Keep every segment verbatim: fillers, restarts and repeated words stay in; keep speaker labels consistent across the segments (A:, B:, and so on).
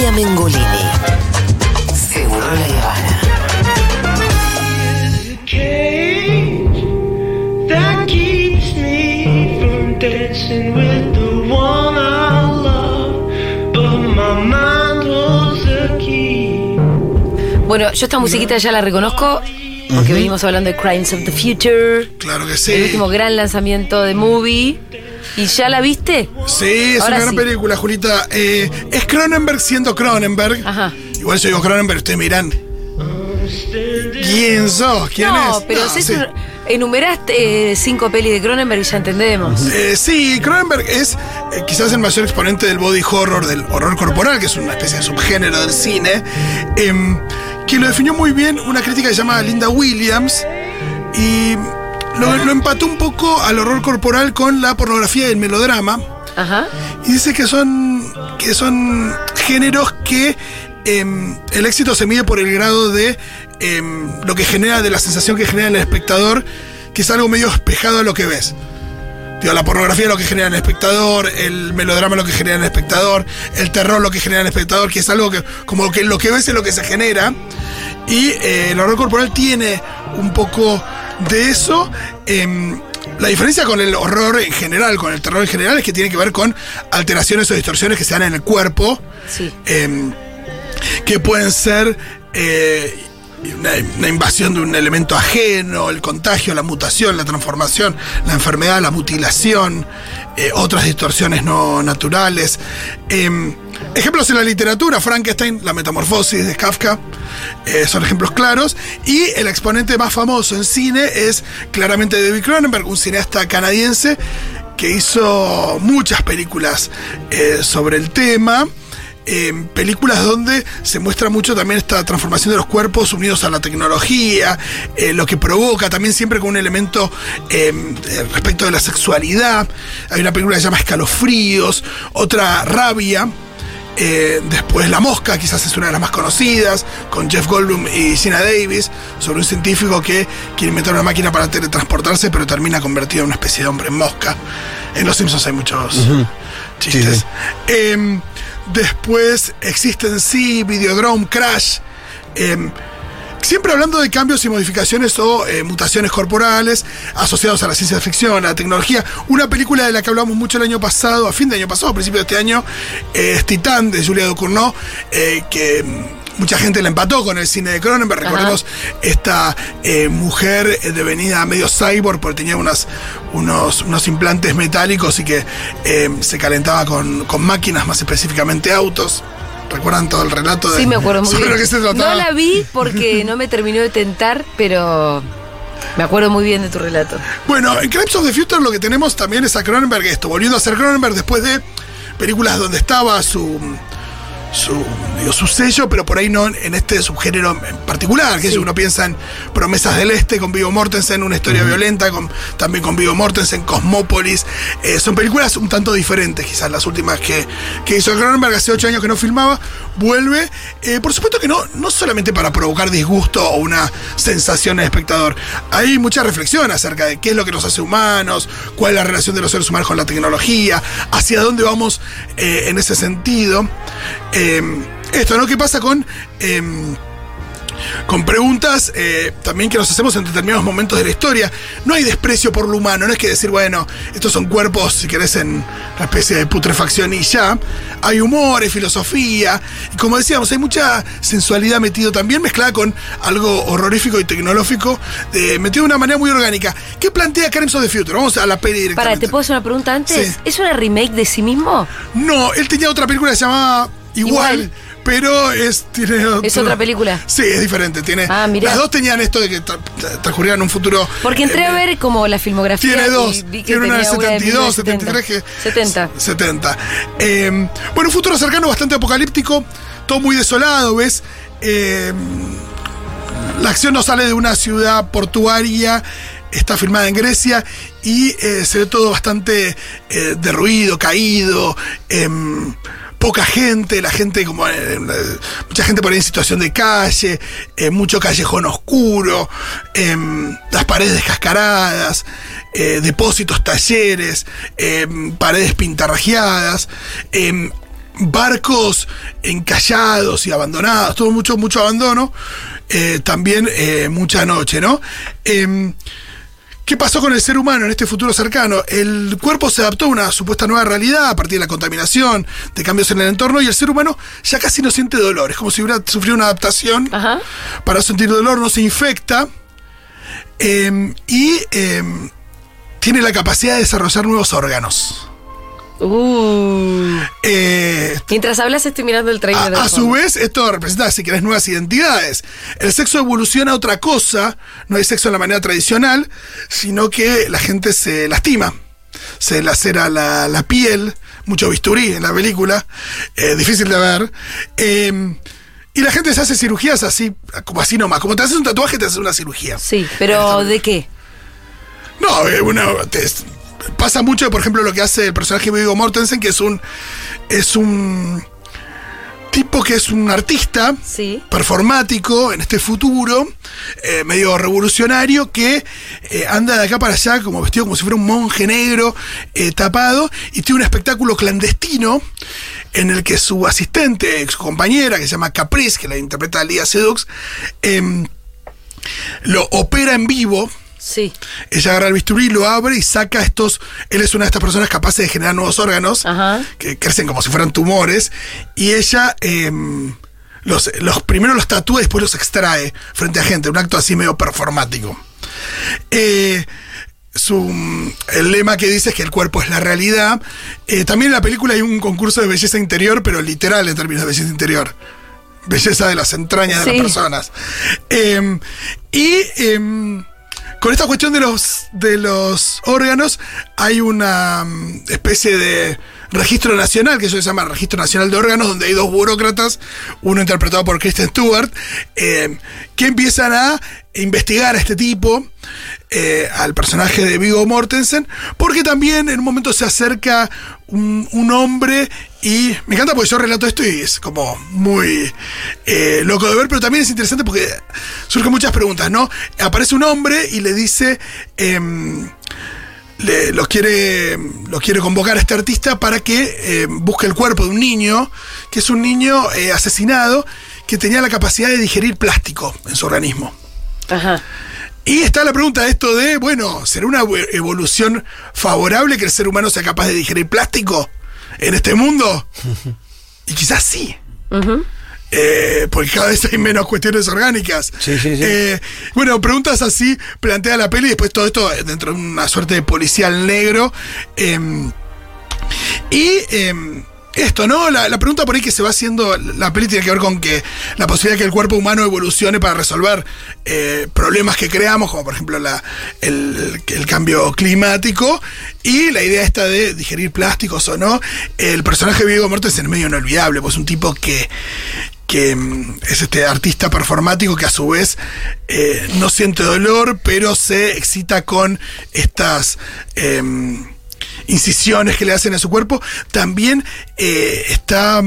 A: María Mengolini. Seguro La Habana.
B: Bueno, yo esta musiquita ya la reconozco porque uh-huh. venimos hablando de Crimes of the Future.
C: Claro que sí.
B: El último gran lanzamiento de Movie. ¿Y ya la viste?
C: Sí, es
B: Ahora
C: una gran
B: sí.
C: película, Julita. Eh, es Cronenberg siendo Cronenberg.
B: Ajá.
C: Igual yo digo Cronenberg, ustedes miran. ¿Quién sos? ¿Quién
B: no,
C: es?
B: No, pero si
C: sí.
B: un, enumeraste eh, cinco pelis de Cronenberg y ya entendemos.
C: Eh, sí, Cronenberg es eh, quizás el mayor exponente del body horror, del horror corporal, que es una especie de subgénero del cine. Eh, que lo definió muy bien una crítica que se llama Linda Williams. Y lo, lo empató un poco al horror corporal con la pornografía y el melodrama.
B: Ajá.
C: Y dice que son, que son géneros que eh, el éxito se mide por el grado de eh, lo que genera, de la sensación que genera en el espectador, que es algo medio espejado a lo que ves. Digo, la pornografía es lo que genera en el espectador, el melodrama es lo que genera en el espectador, el terror es lo que genera en el espectador, que es algo que, como que lo que ves es lo que se genera. Y eh, el horror corporal tiene un poco de eso. Eh, la diferencia con el horror en general, con el terror en general, es que tiene que ver con alteraciones o distorsiones que se dan en el cuerpo.
B: Sí.
C: Eh, que pueden ser eh, una, una invasión de un elemento ajeno, el contagio, la mutación, la transformación, la enfermedad, la mutilación, eh, otras distorsiones no naturales. Eh, ejemplos en la literatura: Frankenstein, la metamorfosis de Kafka, eh, son ejemplos claros. Y el exponente más famoso en cine es claramente David Cronenberg, un cineasta canadiense que hizo muchas películas eh, sobre el tema. Eh, películas donde se muestra mucho también esta transformación de los cuerpos unidos a la tecnología, eh, lo que provoca también siempre con un elemento eh, respecto de la sexualidad. Hay una película que se llama Escalofríos, otra Rabia, eh, después La Mosca, quizás es una de las más conocidas, con Jeff Goldblum y Gina Davis, sobre un científico que quiere inventar una máquina para teletransportarse, pero termina convertido en una especie de hombre mosca. En Los Simpsons hay muchos uh-huh. chistes. Sí, sí. Eh, Después existen sí, Videodrome, Crash, eh, siempre hablando de cambios y modificaciones o eh, mutaciones corporales asociados a la ciencia ficción, a la tecnología. Una película de la que hablamos mucho el año pasado, a fin de año pasado, a principio de este año, eh, es Titán, de Julia Ducournau, eh, que mucha gente la empató con el cine de Cronenberg. Recordemos esta eh, mujer eh, devenida medio cyborg porque tenía unas, unos, unos implantes metálicos y que eh, se calentaba con, con máquinas, más específicamente autos. ¿Recuerdan todo el relato de,
B: sí, me acuerdo muy
C: sobre
B: bien.
C: lo que se trataba?
B: No la vi porque no me terminó de tentar, pero me acuerdo muy bien de tu relato.
C: Bueno, en Crimes of the Future lo que tenemos también es a Cronenberg, esto, volviendo a ser Cronenberg después de películas donde estaba su... Su, digo, su sello, pero por ahí no en este subgénero en particular, que sí. Uno piensa en Promesas del Este con Viggo Mortensen, Una historia uh-huh. violenta con, también con Viggo Mortensen, Cosmópolis. Eh, son películas un tanto diferentes, quizás las últimas que, que hizo Cronenberg. Hace ocho años que no filmaba, vuelve, eh, por supuesto que no, no solamente para provocar disgusto o una sensación al espectador. Hay mucha reflexión acerca de qué es lo que nos hace humanos, cuál es la relación de los seres humanos con la tecnología, hacia dónde vamos eh, en ese sentido. Eh, esto, ¿no? ¿Qué pasa con eh, con preguntas eh, también que nos hacemos en determinados momentos de la historia? No hay desprecio por lo humano, no es que decir, bueno, estos son cuerpos, si querés, en una especie de putrefacción y ya. Hay humor, hay filosofía, y como decíamos, hay mucha sensualidad metido también, mezclada con algo horrorífico y tecnológico, eh, metido de una manera muy orgánica. ¿Qué plantea Crimes of the Future? Vamos a la peli directamente.
B: Para, ¿te puedo hacer una pregunta antes?
C: Sí.
B: ¿Es una remake de sí mismo?
C: No, él tenía otra película que se llamaba Igual, Igual. Pero es, tiene otro,
B: ¿Es otra película?
C: Sí, es diferente. Tiene,
B: ah, mirá.
C: Las dos tenían esto de que tra tra transcurrían en un futuro.
B: Porque entré eh, a ver como la filmografía.
C: Tiene dos.
B: Y vi que
C: tiene una de setenta y dos,
B: setenta
C: setenta y tres. Que,
B: setenta.
C: setenta. Eh, bueno, un futuro cercano bastante apocalíptico. Todo muy desolado, ¿ves? Eh, la acción no sale de una ciudad portuaria. Está filmada en Grecia y eh, se ve todo bastante eh, derruido, caído. Eh, Poca gente, la gente como eh, mucha gente por ahí en situación de calle, eh, mucho callejón oscuro, eh, las paredes descascaradas, eh, depósitos, talleres, eh, paredes pintarrajeadas. Eh, barcos encallados y abandonados, todo mucho, mucho abandono, eh, también eh, mucha noche, ¿no? Eh, ¿Qué pasó con el ser humano en este futuro cercano? El cuerpo se adaptó a una supuesta nueva realidad a partir de la contaminación, de cambios en el entorno, y el ser humano ya casi no siente dolor. Es como si hubiera sufrido una adaptación. Ajá. Para sentir dolor, no se infecta eh, y eh, tiene la capacidad de desarrollar nuevos órganos.
B: Uh.
C: Eh,
B: Mientras hablas estoy mirando el trailer.
C: A, a su vez, esto representa, si querés, nuevas identidades. El sexo evoluciona a otra cosa. No hay sexo en la manera tradicional, sino que la gente se lastima. Se lacera la, la piel. Mucho bisturí en la película. Eh, difícil de ver. Eh, y la gente se hace cirugías así, como así nomás. Como te haces un tatuaje, te haces una cirugía.
B: Sí, pero ¿de qué?
C: No, eh, una... Te, pasa mucho, por ejemplo, lo que hace el personaje de Viggo Mortensen, que es un es un tipo que es un artista, sí, performático en este futuro, eh, medio revolucionario, que eh, anda de acá para allá como vestido como si fuera un monje negro, eh, tapado, y tiene un espectáculo clandestino en el que su asistente, su compañera, que se llama Caprice, que la interpreta Lea Seydoux, eh, lo opera en vivo.
B: Sí.
C: Ella agarra el bisturí, lo abre y saca estos... Él es una de estas personas capaces de generar nuevos órganos. Ajá. Que crecen como si fueran tumores. Y ella eh, los, los primero los tatúa y después los extrae frente a gente. Un acto así medio performático. Eh, su, el lema que dice es que el cuerpo es la realidad. Eh, también en la película hay un concurso de belleza interior, pero literal en términos de belleza interior. Belleza de las entrañas sí. de las personas. Eh, y... Eh, Con esta cuestión de los, de los órganos, hay una especie de registro nacional, que eso se llama Registro Nacional de Órganos, donde hay dos burócratas, uno interpretado por Kristen Stewart, eh, que empiezan a investigar a este tipo, eh, al personaje de Viggo Mortensen, porque también en un momento se acerca un, un hombre, y me encanta porque yo relato esto y es como muy eh, loco de ver, pero también es interesante porque surgen muchas preguntas, ¿no? Aparece un hombre y le dice... Eh, Le, los quiere los quiere convocar a este artista para que eh, busque el cuerpo de un niño, que es un niño eh, asesinado, que tenía la capacidad de digerir plástico en su organismo. Ajá. Y está la pregunta de esto de, bueno, ¿será una evolución favorable que el ser humano sea capaz de digerir plástico en este mundo? Y quizás sí. Uh-huh. Eh, porque cada vez hay menos cuestiones orgánicas. Sí, sí, sí. Eh, bueno, preguntas así plantea la peli, y después todo esto dentro de una suerte de policial negro. Eh, y eh, esto, ¿no? La, la pregunta por ahí que se va haciendo, la peli tiene que ver con que la posibilidad de que el cuerpo humano evolucione para resolver eh, problemas que creamos, como por ejemplo la, el, el cambio climático, y la idea esta de digerir plásticos o no. El personaje de Viggo Mortensen es medio inolvidable, pues es un tipo que que es este artista performático que a su vez eh, no siente dolor, pero se excita con estas eh, incisiones que le hacen a su cuerpo. También eh, está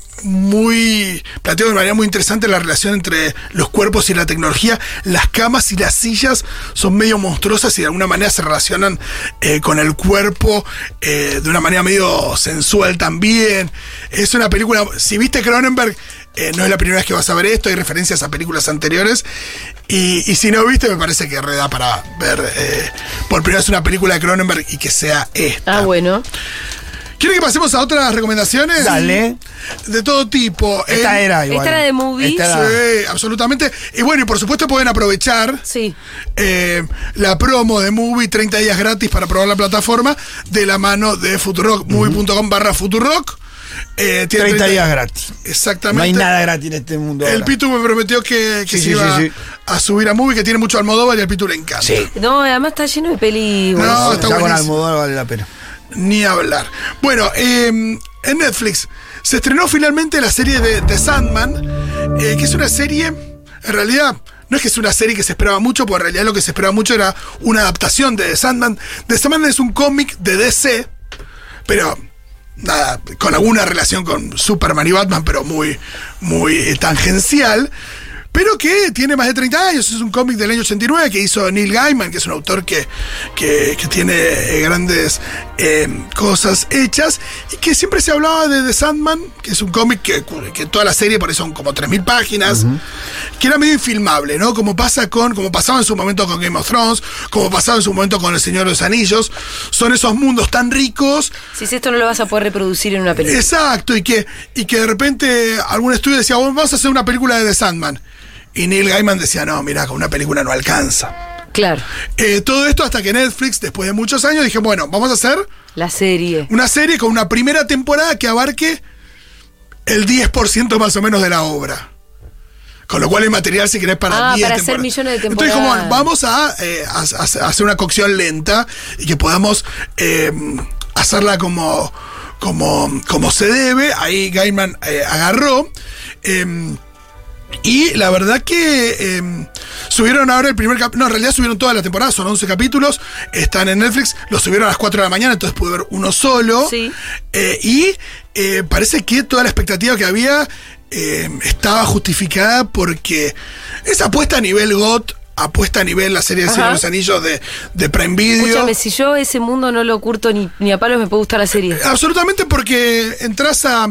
C: muy planteado de manera muy interesante la relación entre los cuerpos y la tecnología. Las camas y las sillas son medio monstruosas y de alguna manera se relacionan eh, con el cuerpo eh, de una manera medio sensual también. Es una película, si viste Cronenberg, Eh, no es la primera vez que vas a ver esto, hay referencias a películas anteriores, y, y si no viste, me parece que reda para ver eh, por primera vez una película de Cronenberg y que sea esta.
B: Ah, bueno.
C: ¿Quieren que pasemos a otras recomendaciones?
D: Dale.
C: De todo tipo.
D: Esta
C: eh,
D: era igual.
B: Esta era de Movie.
C: Esta era... Sí, absolutamente. Y bueno, y por supuesto pueden aprovechar
B: sí.
C: eh, la promo de Movie, treinta días gratis para probar la plataforma, de la mano de Futurock, uh-huh. movie punto com barra Futurock. Eh, tiene
D: treinta días gratis.
C: Exactamente.
D: No hay nada gratis en este mundo.
C: El
D: ahora.
C: Pitu me prometió que, que
D: sí,
C: se
D: sí,
C: iba
D: sí, sí.
C: a subir a Movie, que tiene mucho Almodóvar y al Pitu le encanta.
D: Sí.
B: No, además está lleno de pelis.
C: No,
D: no,
C: está
D: ya
C: buenísimo.
D: con Almodóvar vale la pena.
C: Ni hablar. Bueno, eh, en Netflix se estrenó finalmente la serie de The Sandman, eh, que es una serie, en realidad... No es que es una serie que se esperaba mucho, porque en realidad lo que se esperaba mucho era una adaptación de The Sandman. The Sandman es un cómic de D C, pero nada, con alguna relación con Superman y Batman, pero muy, muy tangencial. pero que tiene más de treinta años. Es un cómic del año ochenta y nueve que hizo Neil Gaiman, que es un autor que, que, que tiene eh, grandes eh, cosas hechas, y que siempre se hablaba de The Sandman, que es un cómic que, que toda la serie, por eso son como tres mil páginas, uh-huh. que era medio infilmable, ¿no? Como pasa con, como pasaba en su momento con Game of Thrones, como pasaba en su momento con El Señor de los Anillos. Son esos mundos tan ricos.
B: Si esto no lo vas a poder reproducir en una película.
C: Exacto, y que, y que de repente algún estudio decía, bueno, vamos a hacer una película de The Sandman. Y Neil Gaiman decía, no, mirá, con una película no alcanza.
B: Claro.
C: Eh, todo esto hasta que Netflix, después de muchos años, dije, bueno, vamos a hacer
B: la serie.
C: Una serie con una primera temporada que abarque el diez por ciento más o menos de la obra. Con lo cual hay material, si querés, para
B: ah,
C: diez
B: para
C: temporadas.
B: hacer millones de temporadas.
C: Entonces, como vamos a, eh, a, a hacer una cocción lenta y que podamos eh, hacerla como, como, como se debe. Ahí Gaiman eh, agarró. Eh, y la verdad que eh, subieron ahora el primer capítulo. No, en realidad subieron toda la temporada, son once capítulos. Están en Netflix, los subieron a las cuatro de la mañana, entonces pude ver uno solo.
B: Sí.
C: Eh, y eh, parece que toda la expectativa que había eh, estaba justificada porque esa apuesta a nivel G O T, apuesta a nivel la serie de Señor de los Anillos de, de Prime Video.
B: Escúchame, si yo ese mundo no lo curto ni, ni a palos, me puede gustar la serie.
C: Absolutamente, porque entras a,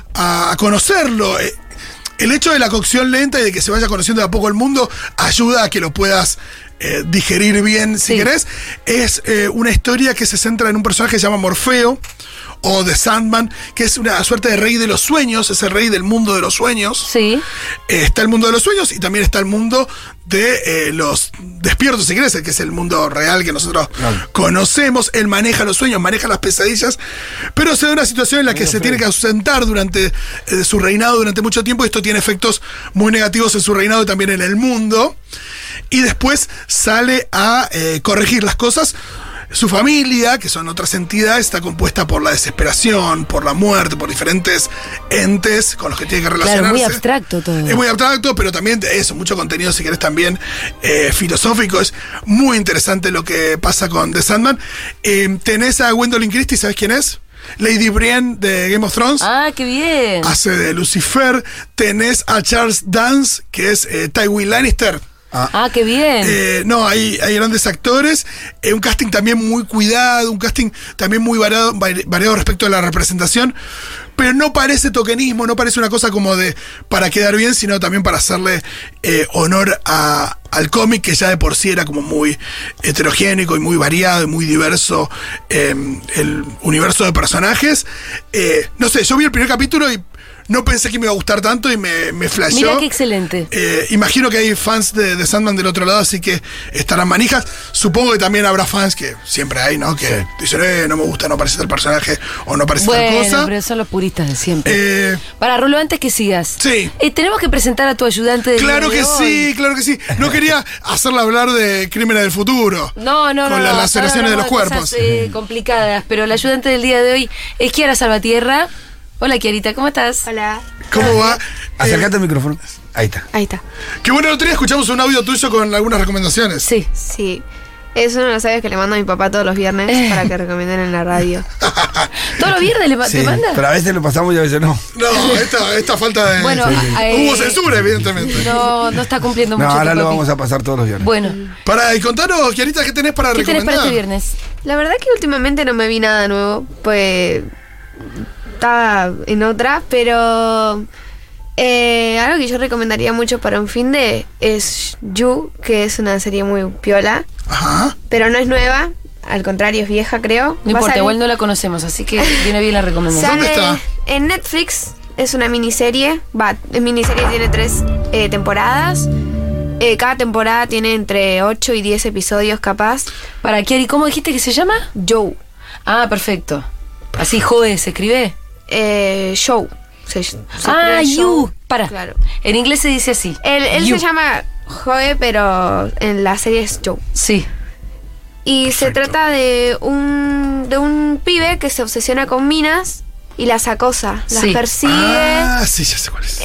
C: a conocerlo. El hecho de la cocción lenta y de que se vaya conociendo de a poco el mundo ayuda a que lo puedas eh, digerir bien, si
B: sí.
C: querés. Es eh, una historia que se centra en un personaje que se llama Morfeo, o The Sandman, que es una suerte de rey de los sueños, es el rey del mundo de los sueños.
B: Sí.
C: Eh, está el mundo de los sueños y también está el mundo de eh, los despiertos, si querés, que es el mundo real que nosotros claro. conocemos. Él maneja los sueños, maneja las pesadillas, pero se da una situación en la que muy se feo. tiene que ausentar durante eh, su reinado durante mucho tiempo, y esto tiene efectos muy negativos en su reinado y también en el mundo. Y después sale a eh, corregir las cosas. Su familia, que son otras entidades, está compuesta por la desesperación, por la muerte, por diferentes entes con los que tiene que relacionarse.
B: Claro, muy abstracto todo.
C: Es muy abstracto, pero también eso, mucho contenido, si querés, también eh, filosófico. Es muy interesante lo que pasa con The Sandman. Eh, tenés a Gwendolyn Christie, ¿sabés quién es? Lady Brienne de Game of Thrones.
B: Ah, qué bien.
C: Hace de Lucifer. Tenés a Charles Dance, que es eh, Tywin Lannister.
B: Ah, ah, qué bien.
C: Eh, no, hay, hay grandes actores, eh, un casting también muy cuidado, un casting también muy variado, variado respecto a la representación, pero no parece tokenismo, no parece una cosa como de para quedar bien, sino también para hacerle eh, honor a, al cómic, que ya de por sí era como muy heterogéneo y muy variado y muy diverso eh, el universo de personajes. Eh, no sé, yo vi el primer capítulo y no pensé que me iba a gustar tanto y me, me flasheó.
B: Mira qué excelente.
C: Eh, imagino que hay fans de, de Sandman del otro lado, así que estarán manijas. Supongo que también habrá fans, que siempre hay, ¿no? Que sí. dicen, eh, no me gusta, no parece tal personaje o no parece
B: bueno,
C: tal cosa.
B: Bueno, pero son los puristas de siempre.
C: Eh,
B: Para, Rulo, antes que sigas.
C: Sí.
B: Eh, tenemos que presentar a tu ayudante de
C: Claro
B: día de
C: que
B: hoy.
C: sí, claro que sí. No quería hacerle hablar de Crímenes del Futuro.
B: No, no,
C: con
B: no.
C: las
B: no,
C: laceraciones de los cuerpos.
B: Cosas, eh, complicadas, pero la ayudante del día de hoy es Kiara Salvatierra. Hola, Kiarita, ¿cómo estás?
E: Hola.
C: ¿Cómo va?
D: Acercate
C: Eh,
D: al micrófono. Ahí está.
E: Ahí está.
C: Qué bueno, el otro día escuchamos un audio tuyo con algunas recomendaciones.
B: Sí.
E: Sí. Es uno de los audios que le mando a mi papá todos los viernes
B: Eh.
E: para que recomienden en la radio.
B: ¿Todos los viernes le,
D: Sí,
B: te manda?
D: pero a veces lo pasamos y a veces no.
C: No, esta, esta falta de...
B: Bueno,
C: Sí.
B: eh,
C: Hubo censura, evidentemente.
B: No, no está cumpliendo
D: No,
B: mucho.
D: ahora
B: tu
D: lo
B: papi.
D: vamos a pasar todos los viernes.
B: Bueno,
C: Para, y contanos, Kiarita, ¿qué tenés para
B: ¿qué tenés
C: recomendar?
B: para este viernes?
E: La verdad que últimamente no me vi nada nuevo, pues estaba en otra, pero eh, algo que yo recomendaría mucho para un fin de es You, que es una serie muy piola,
C: Ajá.
E: pero no es nueva, al contrario es vieja, creo.
B: No
E: Va a
B: importa,
E: salir-
B: igual no la conocemos, así que viene bien la recomendación.
C: ¿Dónde
E: Sale
C: está?
E: en Netflix, es una miniserie, va, es miniserie, tiene tres eh, temporadas. Eh, cada temporada tiene entre ocho y diez episodios capaz.
B: Para Kiari, ¿cómo dijiste que se llama?
E: Joe.
B: Ah, perfecto. Así, Joe, ¿se escribe?
E: Eh, show. Se, se
B: Ah,
E: escribe
B: You.
E: Show.
B: Para.
E: Claro.
B: En inglés se dice así.
E: Él, él
B: You.
E: se llama Joe, pero en la serie es Joe.
B: Sí.
E: Y se
C: Perfecto.
E: trata de un, de un pibe que se obsesiona con minas y las acosa, las
B: Sí.
E: persigue,
C: Ah, sí, ya sé cuál es.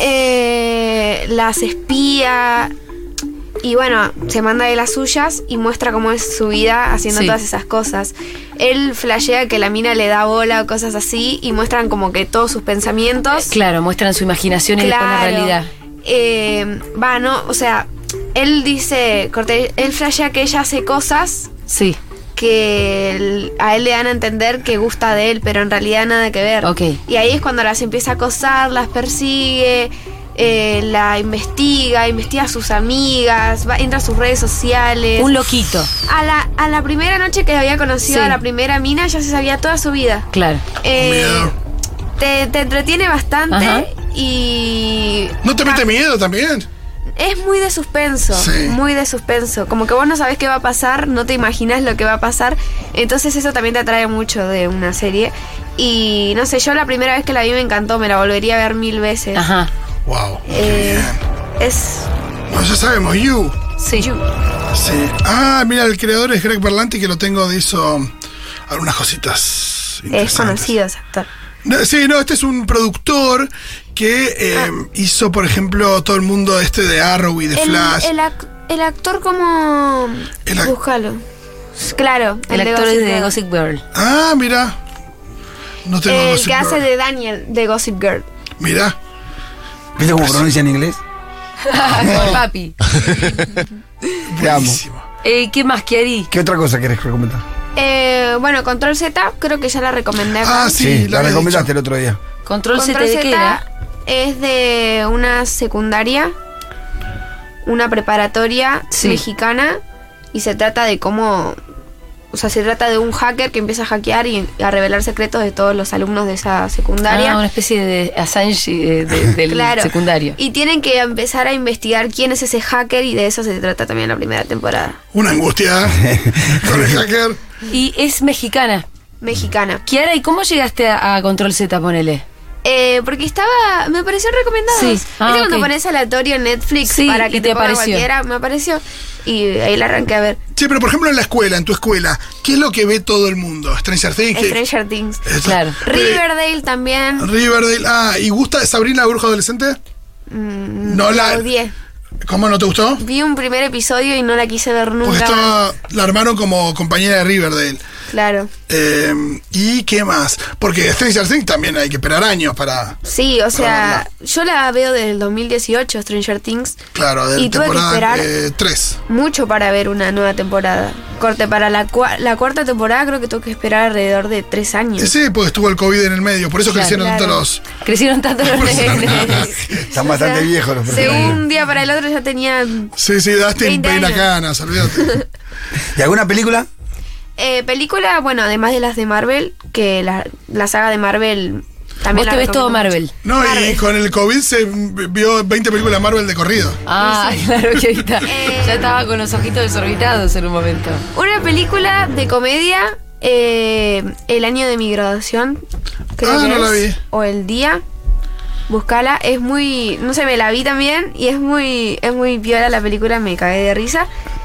E: eh, las espía. Y bueno, se manda de las suyas y muestra cómo es su vida haciendo
B: Sí.
E: todas esas cosas. Él flashea que la mina le da bola o cosas así y muestran como que todos sus pensamientos.
B: Claro, muestran su imaginación y después la
E: Claro.
B: realidad.
E: eh, va, no, o sea, él dice, corte, él flashea que ella hace cosas
B: Sí.
E: que él- a él le dan a entender que gusta de él, pero en realidad nada que ver.
B: Ok.
E: Y ahí es cuando las empieza a acosar, las persigue, eh, la investiga, investiga a sus amigas, va, entra a sus redes sociales.
B: Un loquito.
E: A la, a la primera noche que había conocido
B: Sí.
E: a la primera mina ya se sabía toda su vida.
B: Claro.
E: Eh,
C: Miedo.
E: te, te entretiene bastante
B: Ajá.
E: y...
C: ¿No te mete miedo también?
E: Es muy de suspenso,
C: Sí.
E: muy de suspenso. Como que vos no sabés qué va a pasar, no te imaginas lo que va a pasar. Entonces eso también te atrae mucho de una serie. Y no sé, yo la primera vez que la vi me encantó, me la volvería a ver mil veces.
B: Ajá.
C: Wow.
E: Eh,
C: Qué
E: es...
C: bien. No, ya sabemos, You.
B: Sí.
C: Sí. Ah, mira, el creador es Greg Berlanti, que lo tengo, hizo algunas cositas.
E: Es
C: interesantes.
E: conocido ese actor.
C: No, sí, no, este es un productor que eh,
E: Ah.
C: hizo, por ejemplo, todo el mundo este de Arrow y de
E: El,
C: Flash.
E: el, ac- el actor como...
C: El ac-
E: Búscalo. Claro,
B: El
E: de
B: actor
E: Gossip
B: es de
E: Girl.
B: Gossip Girl.
C: Ah, mira. No tengo
E: El
C: Gossip
E: que hace
C: Girl.
E: de Daniel de Gossip Girl.
C: Mira.
D: ¿Viste cómo pronuncia en inglés?
B: Como el papi.
D: Te amo.
C: Buenísimo.
B: Eh, ¿Qué más, Kiari?
D: ¿Qué otra cosa querés recomendar?
E: Eh, bueno, Control Z, creo que ya la recomendé acá.
C: Ah, sí,
D: Sí,
C: la
D: la
C: había
D: recomendaste
C: dicho.
D: el otro día.
B: Control Z
E: Control
B: de
E: Z
B: qué era.
E: es de una secundaria, una preparatoria
B: Sí.
E: mexicana, y se trata de cómo, o sea, se trata de un hacker que empieza a hackear y a revelar secretos de todos los alumnos de esa secundaria.
B: Ah, una especie de Assange eh, de- del
E: Claro.
B: secundario.
E: Y tienen que empezar a investigar quién es ese hacker, y de eso se trata también la primera temporada.
C: Una angustia con el hacker.
B: Y es mexicana.
E: Mexicana.
B: Kiara, ¿y cómo llegaste a, a Control Z, ponele?
E: Eh, porque estaba, me apareció recomendado.
B: Sí.
E: ¿Viste
B: Ah,
E: cuando
B: ok.
E: pones aleatorio en Netflix
B: Sí,
E: para
B: y
E: que
B: te
E: te, ponga
B: apareció.
E: cualquiera? Me apareció y ahí la arranqué a ver.
C: Sí, pero por ejemplo en la escuela, en tu escuela, ¿qué es lo que ve todo el mundo? Stranger Things. ¿qué-
E: Stranger Things.
C: Eso.
B: Claro.
E: Riverdale también.
C: Riverdale. Ah, ¿y gusta Sabrina la bruja adolescente?
E: Mm,
C: No la-
E: la odié.
C: ¿Cómo no te gustó?
E: Vi un primer episodio y no la quise ver
C: Porque
E: nunca.
C: estaba, la armaron como compañera de Riverdale.
E: Claro.
C: Eh, ¿Y qué más? Porque Stranger Things también hay que esperar años para.
E: Sí, o sea,
C: verla.
E: yo la veo desde el dos mil dieciocho, Stranger Things.
C: Claro, de
E: Y tuve que
C: temporada
E: esperar-
C: tres.
E: Mucho para ver una nueva temporada. Corte, para la, cua- la cuarta temporada creo que tengo que esperar alrededor de tres años.
C: Sí, porque estuvo el COVID en el medio, por eso
B: Claro,
C: crecieron
E: claro.
C: tanto los.
B: Crecieron tanto los nenes.
D: Están bastante viejos los
E: De
D: personajes.
E: un día para el otro ya tenía
C: Sí, sí, Dustin
E: veinte
C: peina
E: años.
C: canas, olvídate.
D: ¿Y alguna película?
E: Eh, película, bueno, además de las de Marvel, que la, la saga de Marvel también
B: Vos
E: la
B: te ves todo
E: recomiendo
B: Marvel.
E: mucho.
C: No, y
E: Marvel.
C: con el COVID se vio veinte películas Marvel de corrido.
B: Ah, claro que ahorita.
E: Eh.
B: Ya estaba con los ojitos desorbitados en un momento.
E: Una película de comedia, eh, El año de mi graduación, creo
C: Ah,
E: que
C: no
E: es,
C: la vi.
E: o El día. Buscala, es muy, no sé, me la vi también y es muy, es muy piola la película, me cagué de risa.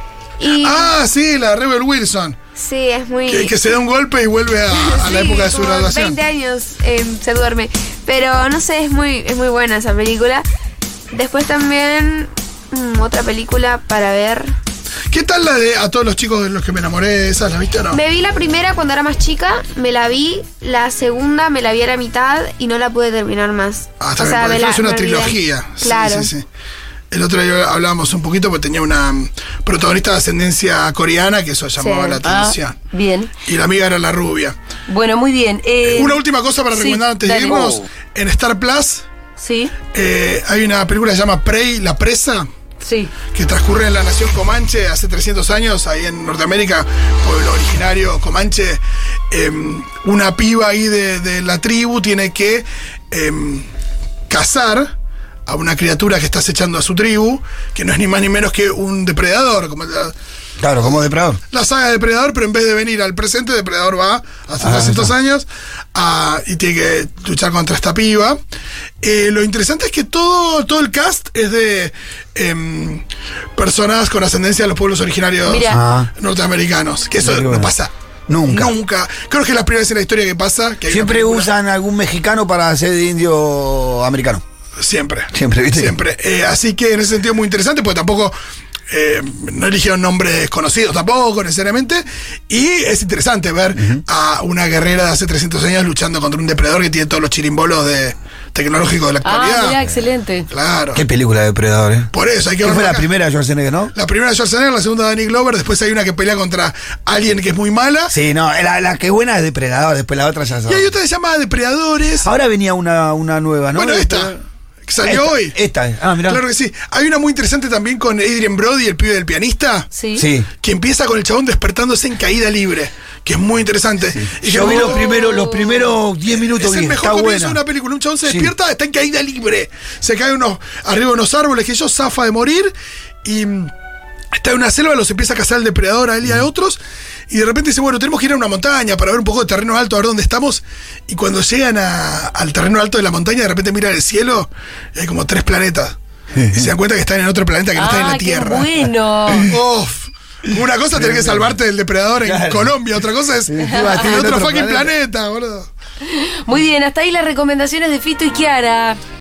E: Y
C: Ah, sí, la Rebel Wilson.
E: sí, es muy...
C: Que, que se da un golpe y vuelve a, a la
E: Sí,
C: época de su
E: como
C: graduación.
E: veinte años eh, se duerme. Pero no sé, es muy, es muy buena esa película. Después también mm, otra película para ver.
C: ¿Qué tal la de A todos los chicos de los que me enamoré? ¿Esas la viste o no?
E: Me vi la primera cuando era más chica, me la vi. La segunda me la vi a la mitad y no la pude terminar más.
C: Ah, está bien, porque es una
E: me olvidé.
C: trilogía. Sí,
E: Claro.
C: sí, sí. El otro día hablábamos un poquito porque tenía una mm, protagonista de ascendencia coreana que eso llamaba
E: Sí.
C: la
B: Ah,
C: atención.
B: bien.
C: Y la amiga era la rubia.
B: Bueno, muy bien. Eh,
C: Una última cosa para
B: sí,
C: recomendar antes de
B: dale.
C: irnos.
B: Oh.
C: En Star Plus
B: Sí,
C: eh, hay una película que se llama Prey, La Presa,
B: sí.
C: que transcurre en la nación Comanche hace trescientos años, ahí en Norteamérica, pueblo originario Comanche. Eh, una piba ahí de, de la tribu tiene que eh, cazar a una criatura que está acechando a su tribu, que no es ni más ni menos que un depredador, como la,
D: Claro, como depredador.
C: la saga de Depredador, pero en vez de venir al presente, Depredador va hace
D: Ah,
C: trescientos
D: está.
C: años a- y tiene que luchar contra esta piba. Eh, lo interesante es que todo, todo el cast es de em, personas con ascendencia de los pueblos originarios
B: Mira.
D: Ah.
C: norteamericanos, que eso
D: Qué
C: no
D: bueno.
C: pasa.
D: Nunca.
C: Nunca. Creo que es la primera vez en la historia que pasa. Que hay una
D: Siempre
C: película-
D: usan algún mexicano para hacer de indio americano.
C: Siempre.
D: Siempre, ¿viste?
C: Siempre. Eh, así que en ese sentido muy interesante, porque tampoco eh, no eligieron nombres conocidos tampoco necesariamente. Y es interesante ver a una guerrera de hace trescientos años luchando contra un depredador que tiene todos los chirimbolos de, tecnológico de la actualidad.
B: Ah, mirá, excelente.
C: Claro.
D: Qué película de Depredador, ¿eh?
C: Por eso hay que
D: ¿Qué
C: verlo
D: fue la
C: acá.
D: primera de Schwarzenegger, no?
C: La primera de Schwarzenegger, la segunda de Danny Glover, después hay una que pelea contra alguien que es muy mala.
D: Sí, no, la, la que es buena es Depredador, después la otra ya
C: Y hay
D: sabes.
C: otra que se llama Depredadores.
D: Ahora venía una, una nueva, ¿no?
C: Bueno, esta, que salió
D: Esta-
C: hoy.
D: Esta, es. Ah, mirá.
C: Claro que sí. Hay una muy interesante también con Adrian Brody, el pibe del pianista.
B: Sí.
D: Sí.
C: Que empieza con el chabón despertándose en caída libre, que es muy interesante. Y
D: Yo
C: que
D: vi
C: vos-
D: los primeros, los primeros diez minutos.
C: Es el
D: vi,
C: mejor
D: está
C: comienzo
D: buena.
C: de una película. Un chabón se
D: Sí.
C: despierta, está en caída libre. Se cae unos, arriba de unos árboles que ellos zafa de morir. Y mm, está en una selva, los empieza a cazar el depredador a él y a otros. Y de repente dice, bueno, tenemos que ir a una montaña para ver un poco de terreno alto, a ver dónde estamos. Y cuando llegan a- al terreno alto de la montaña, de repente miran el cielo y hay como tres planetas. Y se dan cuenta que están en otro planeta que no está en
B: Ah,
C: la
B: qué
C: Tierra.
B: bueno.
C: Uf. Una cosa es tener que salvarte del depredador en
D: Claro.
C: Colombia, otra cosa es
D: Sí,
C: en
D: tú vas a tener
C: otro
D: otro
C: fucking
D: planeta.
C: planeta, boludo.
B: Muy bien, hasta ahí las recomendaciones de Fito y Kiara.